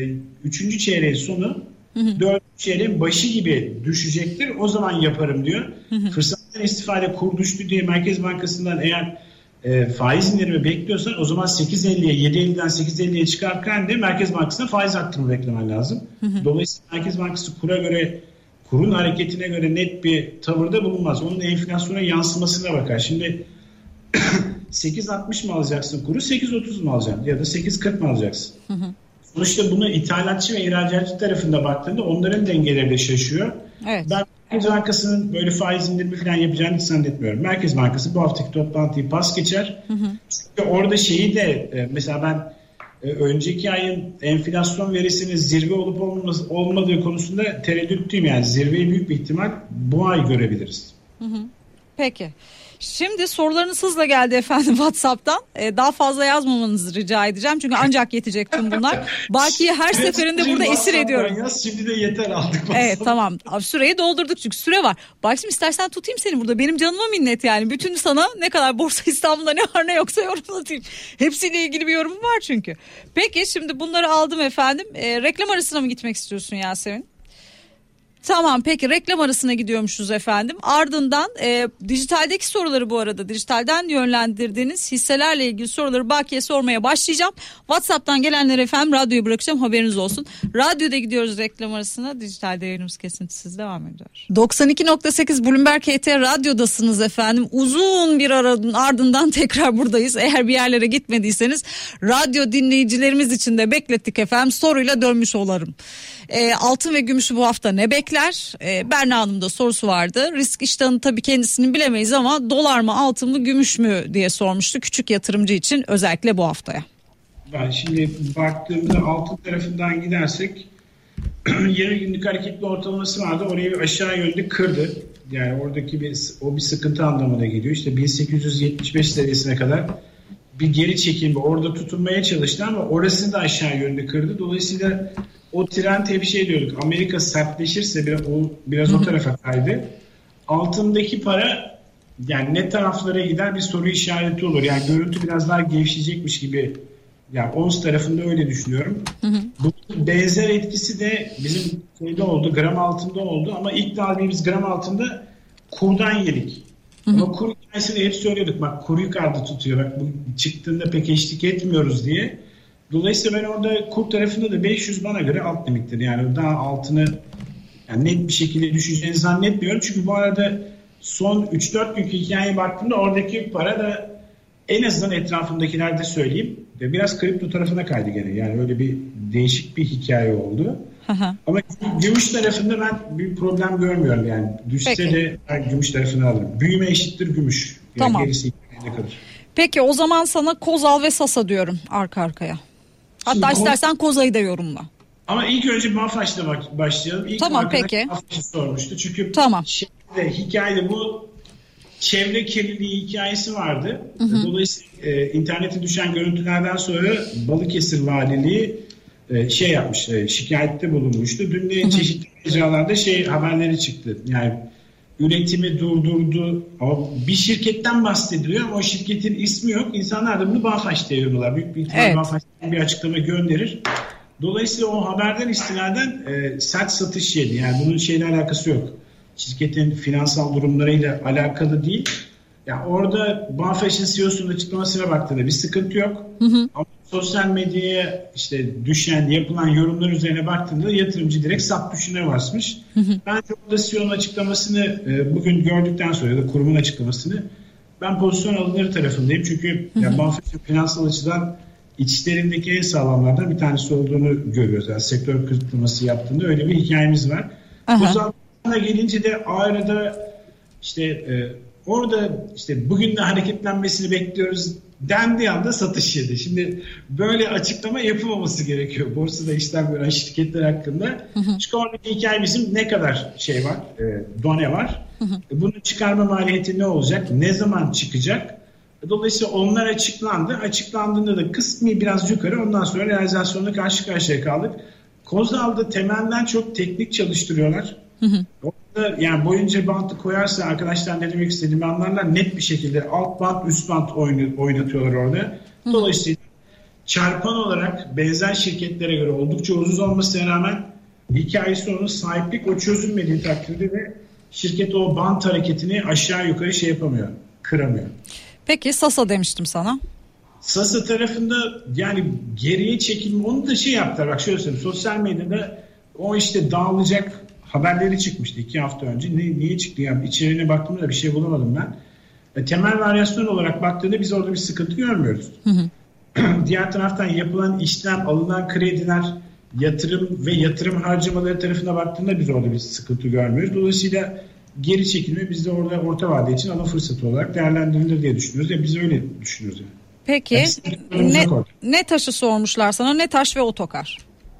3. çeyreğin sonu 4. çeyreğin başı gibi düşecektir. O zaman yaparım diyor. Fırsattan istifade kur düştü diye Merkez Bankası'ndan eğer faiz indirimi bekliyorsan o zaman 8.50'ye 7.50'den 8.50'ye çıkarken de Merkez Bankası'na faiz arttırımı beklemen lazım. Dolayısıyla Merkez Bankası kura göre kurun hareketine göre net bir tavırda bulunmaz. Onun enflasyona yansımasına bakar. Şimdi 8.60 mı alacaksın kuru, 8.30 mu alacaksın ya da 8.40 mı alacaksın? Sonuçta bunu ithalatçı ve ihracatçı tarafında baktığında onların dengeleri de şaşıyor. Evet. Ben Merkez Bankası'nın böyle faiz indirimi falan yapacağını hiç zannetmiyorum. Merkez Bankası bu haftaki toplantıyı pas geçer. Çünkü orada şeyi de mesela ben önceki ayın enflasyon verisinin zirve olup olmadığı konusunda tereddütlüyüm. Yani zirveyi büyük bir ihtimal bu ay görebiliriz. Peki. Şimdi sorularınız hızla geldi efendim WhatsApp'tan. Daha fazla yazmamanızı rica edeceğim. Çünkü ancak yetecek tüm bunlar. Baki'yi her seferinde burada esir ediyorum. Yaz, şimdi de yeter aldık. Evet tamam. Süreyi doldurduk çünkü süre var. Bak şimdi istersen tutayım seni burada. Benim canıma minnet yani. Bütün sana ne kadar Borsa İstanbul'da ne var ne yoksa yorumlatayım. Hepsiyle ilgili bir yorumum var çünkü. Peki şimdi bunları aldım efendim. Reklam arasına mı gitmek istiyorsun Yasemin? Tamam peki reklam arasına gidiyormuşuz efendim. Ardından dijitaldeki soruları bu arada dijitalden yönlendirdiğiniz hisselerle ilgili soruları Baki'ye sormaya başlayacağım. WhatsApp'tan gelenlere efendim radyoyu bırakacağım, haberiniz olsun. Radyoda gidiyoruz reklam arasına, dijitalde yayınımız kesintisiz devam ediyor. 92.8 Bloomberg HT Radyo'dasınız efendim. Uzun bir aranın ardından tekrar buradayız. Eğer bir yerlere gitmediyseniz radyo dinleyicilerimiz için de beklettik efendim. Soruyla dönmüş olarım. Altın ve gümüşü bu hafta ne bekler? Berna Hanım'ın da sorusu vardı. Risk iştahını tabii kendisini bilemeyiz ama dolar mı altın mı gümüş mü diye sormuştu. Küçük yatırımcı için özellikle bu haftaya. Ben şimdi baktığımda altın tarafından gidersek 20 günlük hareketli ortalaması vardı. Orayı bir aşağı yönlü kırdı. Yani oradaki bir sıkıntı anlamına geliyor. İşte 1875 seviyesine kadar bir geri çekilme orada tutunmaya çalıştı ama orasını da aşağı yönlü kırdı. Dolayısıyla o trend hep şey diyorduk. Amerika sertleşirse biraz o tarafa kaydı. Altındaki para yani ne taraflara gider bir soru işareti olur. Yani görüntü biraz daha gevşeyecekmiş gibi. Yani ons tarafında öyle düşünüyorum. Bu benzer etkisi de bizim şeyde oldu. Gram altında oldu ama ilk darbemiz gram altında kurdan yedik. Ama kur hikayesini hep söylüyorduk. Bak kur yukarıda tutuyor. Bak bu çıktığında pek eşlik etmiyoruz diye. Dolayısıyla ben orada kur tarafında da 500 bana göre alt limittir. Yani daha altını yani net bir şekilde düşeceğini zannetmiyorum. Çünkü bu arada son 3-4 günkü hikayeye baktığımda oradaki para da en azından etrafındakilerde söyleyeyim ve biraz kripto tarafına kaydı gene. Yani öyle bir değişik bir hikaye oldu. Ama gümüş tarafında ben bir problem görmüyorum yani. Düşse peki de ben gümüş tarafını alırım. Büyüme eşittir gümüş. Yani tamam. Gerisi hikayede kalır. Peki o zaman sana Kozal ve Sasa diyorum arka arkaya. Hatta istersen Koza'yı da yorumla. Ama ilk önce Mafaş'la başlayalım. İlk tamam peki. Mafaş'ı sormuştu. Çünkü tamam. Hikayede bu çevre kirliliği hikayesi vardı. Dolayısıyla internete düşen görüntülerden sonra Balıkesir Valiliği yapmış, şikayette bulunmuştu. Dün de çeşitli mecralarda haberleri çıktı. Yani üretimi durdurdu ama bir şirketten bahsediliyor ama o şirketin ismi yok. İnsanlar da bunu Bağfaş diye yorumlar. Büyük bir ihtimalle Bağfaş'tan bir açıklama gönderir. Dolayısıyla o haberden istinaden sert satış yedi. Yani bunun şeyle alakası yok. Şirketin finansal durumlarıyla alakalı değil. Yani orada Bağfaş'ın CEO'sunun açıklamasına baktığında bir sıkıntı yok. Ama sosyal medyaya işte düşen, yapılan yorumlar üzerine baktığında yatırımcı direkt sap düşüne basmış. Bence orada CEO'nun açıklamasını bugün gördükten sonra ya da kurumun açıklamasını ben pozisyon alınır tarafındayım. Çünkü Bağfaş'ın finansal açıdan içlerindeki en sağlamlardan bir tanesi olduğunu görüyoruz. Yani sektör kırıtlaması yaptığında öyle bir hikayemiz var. Bozaltına gelince de Ağrı'da işte orada işte bugün de hareketlenmesini bekliyoruz dendiği anda satış yedi. Şimdi böyle açıklama yapılmaması gerekiyor borsada işlem gören şirketler hakkında. Çünkü oradaki hikaye bizim ne kadar var, done var. Bunun çıkarma maliyeti ne olacak, ne zaman çıkacak? Dolayısıyla onlar açıklandı. Açıklandığında da kısmi biraz yukarı, ondan sonra realizasyonla karşı karşıya kaldık. Kozal'da temelden çok teknik çalıştırıyorlar. Orada yani boyunca bantı koyarsa arkadaşlar ne demek istediğimi anlarlar. Net bir şekilde alt bant üst bant oynatıyorlar orada. Dolayısıyla çarpan olarak benzer şirketlere göre oldukça ucuz olmasına rağmen hikayesi onun sahiplik o çözülmediği takdirde de şirket o bant hareketini aşağı yukarı yapamıyor, kıramıyor. Peki Sasa demiştim sana. Sasa tarafında yani geriye çekilme onu da yaptılar. Bak şöyle söyleyeyim, sosyal medyada o işte dağılacak haberleri çıkmıştı 2 hafta önce. Niye çıktı ya? İçeriğine baktığımda da bir şey bulamadım ben. Temel varyasyon olarak baktığında biz orada bir sıkıntı görmüyoruz. Diğer taraftan yapılan işlem, alınan krediler, yatırım ve yatırım harcamaları tarafına baktığında biz orada bir sıkıntı görmüyoruz. Dolayısıyla geri çekilme bizde orada orta vade için alım fırsatı olarak değerlendirilir diye düşünüyoruz. Ya biz öyle düşünüyoruz. Yani. Peki ne taşı sormuşlar sana? Ne taş ve otokar?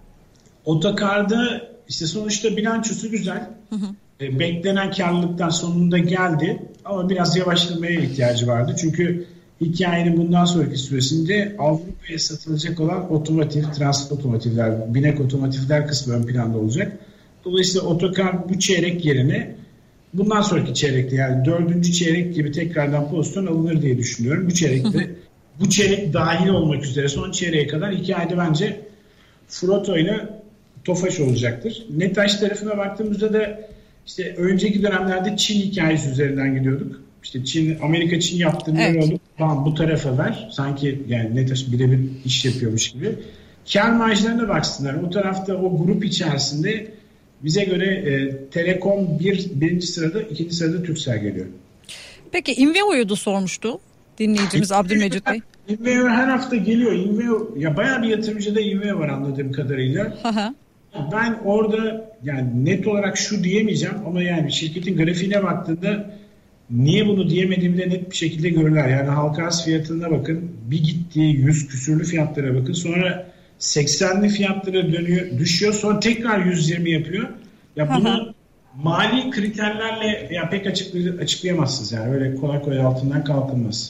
Otokarda işte sonuçta bilançosu güzel. Beklenen karlılıktan sonunda geldi ama biraz yavaşlamaya ihtiyacı vardı. Çünkü hikayenin bundan sonraki süresinde Avrupa'ya satılacak olan otomotiv, transit otomotivler, binek otomotivler kısmı ön planda olacak. Dolayısıyla otokar bu çeyrek yerine bundan sonraki çeyrekte yani 4. çeyrek gibi tekrardan pozisyon alınır diye düşünüyorum. Bu çeyrek dahil olmak üzere son çeyreğe kadar hikayede bence Frotto ile Tofaş olacaktır. Netaş tarafına baktığımızda da işte önceki dönemlerde Çin hikayesi üzerinden gidiyorduk. İşte Çin, Amerika-Çin yaptırımları olup tamam bu tarafa ver. Sanki yani Netaş birebir iş yapıyormuş gibi. Kâr marjlarına baksınlar. O tarafta o grup içerisinde bize göre Telekom birinci sırada, ikinci sırada Turkcell geliyor. Peki Inveo'yu da sormuştu dinleyicimiz Abdülmecit Bey. Inveo her hafta geliyor. Inveo ya bayağı bir yatırımcıda Inveo var anladığım kadarıyla. Ben orada yani net olarak şu diyemeyeceğim ama yani şirketin grafiğine baktığında niye bunu diyemediğimi de net bir şekilde görürler. Yani halka arz fiyatına bakın. Bir gittiği 100 küsürlü fiyatlara bakın. Sonra 80'li fiyatlara düşüyor. Sonra tekrar 120 yapıyor. Ya bunu mali kriterlerle ya pek açıklayamazsınız. Yani öyle kolay kolay altından kalkılmaz.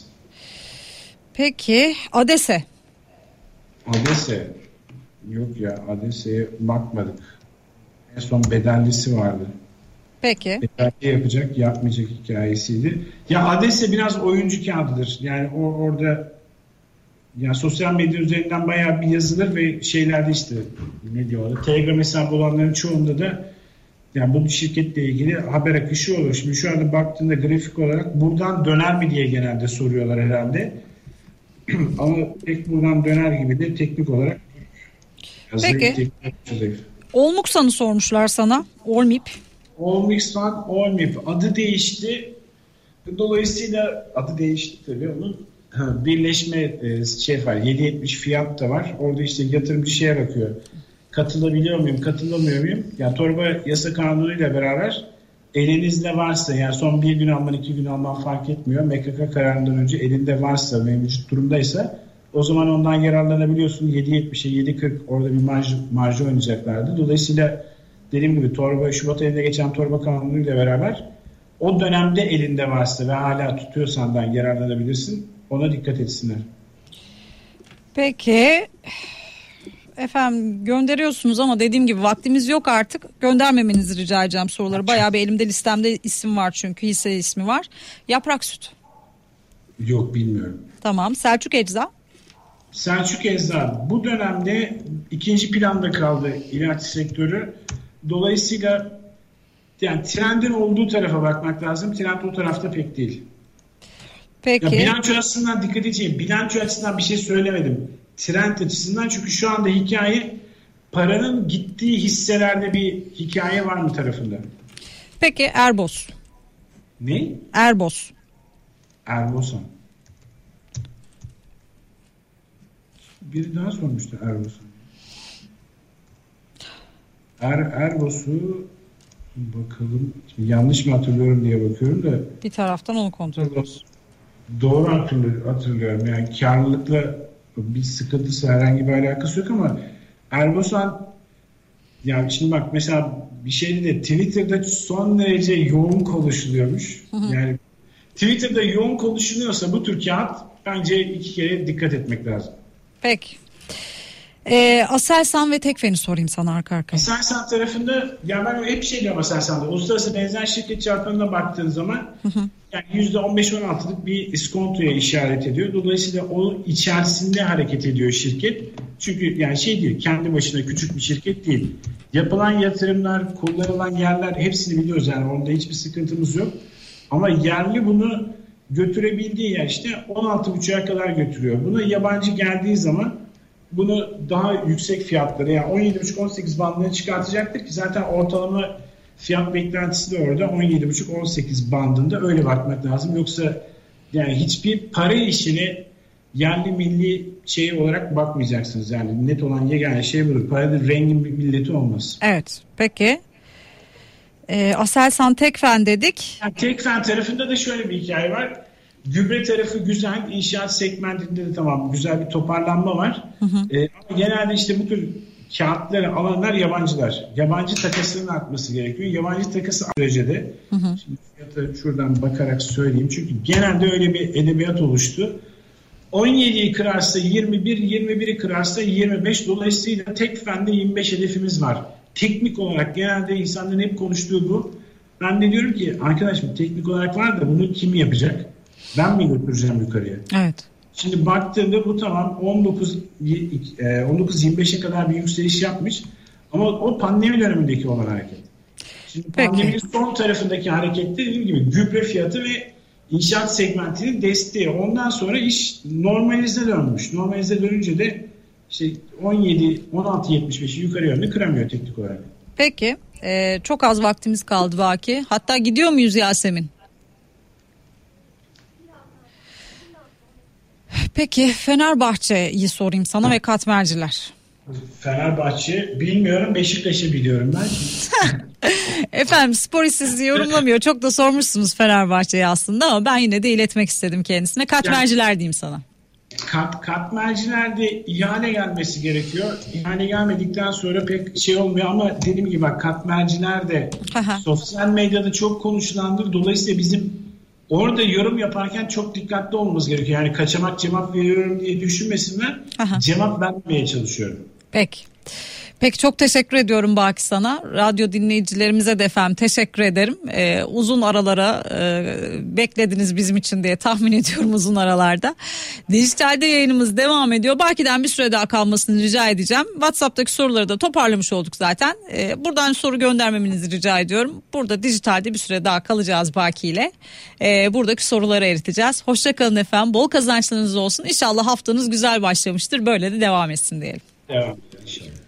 Peki ADESE? ADESE yok ya, ADESE'ye bakmadık. En son bedellisi vardı. Peki. Bedelli yapacak, yapmayacak hikayesiydi. Ya ADESE biraz oyuncu kağıdıdır. Yani orada yani sosyal medya üzerinden bayağı bir yazılır ve şeylerde işte ne diyorlar, Telegram hesabı olanların çoğunda da yani bu şirketle ilgili haber akışı olur. Şimdi şu anda baktığında grafik olarak buradan döner mi diye genelde soruyorlar herhalde. Ama pek buradan döner gibi de teknik olarak. Peki. Olmuksan'ı sormuşlar sana. Olmip. Olmuksan, Olmip adı değişti. Dolayısıyla adı değişti tabii onun. Birleşme var. 7.70 fiyat da var. Orada işte yatırımcı şeye bakıyor. Katılabiliyor muyum, katılamıyor muyum? Yani torba yasa kanunuyla beraber elinizde varsa yani son bir gün alman 2 gün alman fark etmiyor. MKK kararından önce elinde varsa mevcut durumdaysa o zaman ondan yararlanabiliyorsun. 7.70'e 7.40 orada bir marjı oynayacaklardı. Dolayısıyla dediğim gibi torba Şubat ayında geçen torba kanunuyla beraber o dönemde elinde varsa ve hala tutuyorsan yararlanabilirsin. Ona dikkat etsinler. Peki efendim gönderiyorsunuz ama dediğim gibi vaktimiz yok artık. Göndermemenizi rica edeceğim soruları. Bayağı bir elimde listemde isim var çünkü hisse ismi var. Yaprak Süt. Yok bilmiyorum. Tamam. Selçuk Ecza. Selçuk Ecza bu dönemde ikinci planda kaldı ilaç sektörü. Dolayısıyla yani trendin olduğu tarafa bakmak lazım. Trend o tarafta pek değil. Peki. Ya bilanço açısından dikkat edeceğim. Bilanço açısından bir şey söylemedim. Trend açısından çünkü şu anda hikaye paranın gittiği hisselerde bir hikaye var mı tarafında? Peki Erbos. Ne? Erbos. Erbosan. Biri daha sormuştu Erbosan. Erbos'u bakalım. Şimdi yanlış mı hatırlıyorum diye bakıyorum da. Bir taraftan onu kontrol ediyoruz. Doğru hatırlıyorum. Yani karlılıkla bir sıkıntısı herhangi bir alakası yok ama Erbosan yani şimdi bak mesela bir şeyde de Twitter'da son derece yoğun konuşuluyormuş. Yani Twitter'da yoğun konuşuluyorsa bu tür kağıt bence 2 kere dikkat etmek lazım. Peki. Aselsan ve Tekfen'i sorayım sana arka arkaya. Aselsan tarafında ya ben hep şey diyorum Aselsan'da. Uluslararası benzer şirket çarpanına baktığın zaman yani %15-16'lık bir iskontoya işaret ediyor. Dolayısıyla o içerisinde hareket ediyor şirket. Çünkü yani şey değil, kendi başına küçük bir şirket değil. Yapılan yatırımlar, kullanılan yerler hepsini biliyoruz. Yani onda hiçbir sıkıntımız yok. Ama yerli bunu götürebildiği yer işte 16,5'a kadar götürüyor. Buna yabancı geldiği zaman bunu daha yüksek fiyatları yani 17,5-18 bandına çıkartacaktır ki zaten ortalama fiyat beklentisi de orada 17,5-18 bandında öyle bakmak lazım. Yoksa Yani hiçbir para işini yerli milli şey olarak bakmayacaksınız. Yani net olan yegane şey budur. Paranın rengin bir milleti olması. Evet. Peki. Aselsan Tekfen dedik. Yani Tekfen tarafında da şöyle bir hikaye var. Gübre tarafı güzel. İnşaat segmentinde de tamam güzel bir toparlanma var. Ama genelde işte bu tür kağıtları alanlar yabancılar. Yabancı takasının artması gerekiyor. Yabancı takası derecede. Şimdi fiyatı şuradan bakarak söyleyeyim. Çünkü genelde öyle bir edebiyat oluştu. 17'yi kırarsa 21, 21'i kırarsa 25. Dolayısıyla Tekfen'de 25 hedefimiz var. Teknik olarak genelde insanların hep konuştuğu bu. Ben de diyorum ki arkadaşım teknik olarak var da bunu kim yapacak? Ben mi götüreceğim yukarıya? Evet. Şimdi baktığında bu tamam 19-25'e kadar bir yükseliş yapmış. Ama o pandemi dönemindeki olan hareket. Şimdi pandeminin son tarafındaki harekette dediğim gibi gübre fiyatı ve inşaat segmentinin desteği. Ondan sonra iş normalize dönmüş. Normalize dönünce de işte 16-75'i yukarı yönde kıramıyor teknik olarak. Peki. Çok az vaktimiz kaldı Baki. Hatta gidiyor muyuz Yasemin? Peki Fenerbahçe'yi sorayım sana ve katmerciler. Fenerbahçe bilmiyorum, Beşiktaş'ı biliyorum ben. Efendim spor sizi yorumlamıyor. Çok da sormuşsunuz Fenerbahçe'yi aslında ama ben yine de iletmek istedim kendisine. Katmerciler diyeyim sana. Katmercilerde ihale gelmesi gerekiyor. İhale gelmedikten sonra pek şey olmuyor ama dediğim gibi bak katmerciler de sosyal medyada çok konuşulandır. Dolayısıyla bizim orada yorum yaparken çok dikkatli olmamız gerekiyor. Yani kaçamak cevap veriyorum diye düşünmesinler. Cevap vermeye çalışıyorum. Peki. Peki çok teşekkür ediyorum Baki sana. Radyo dinleyicilerimize de efendim teşekkür ederim. Uzun aralara beklediniz bizim için diye tahmin ediyorum uzun aralarda. Dijitalde yayınımız devam ediyor. Baki'den bir süre daha kalmasını rica edeceğim. WhatsApp'taki soruları da toparlamış olduk zaten. Buradan soru göndermemenizi rica ediyorum. Burada dijitalde bir süre daha kalacağız Baki ile. Buradaki soruları eriteceğiz. Hoşça kalın efendim. Bol kazançlarınız olsun. İnşallah haftanız güzel başlamıştır. Böyle de devam etsin diyelim. Devam edelim inşallah.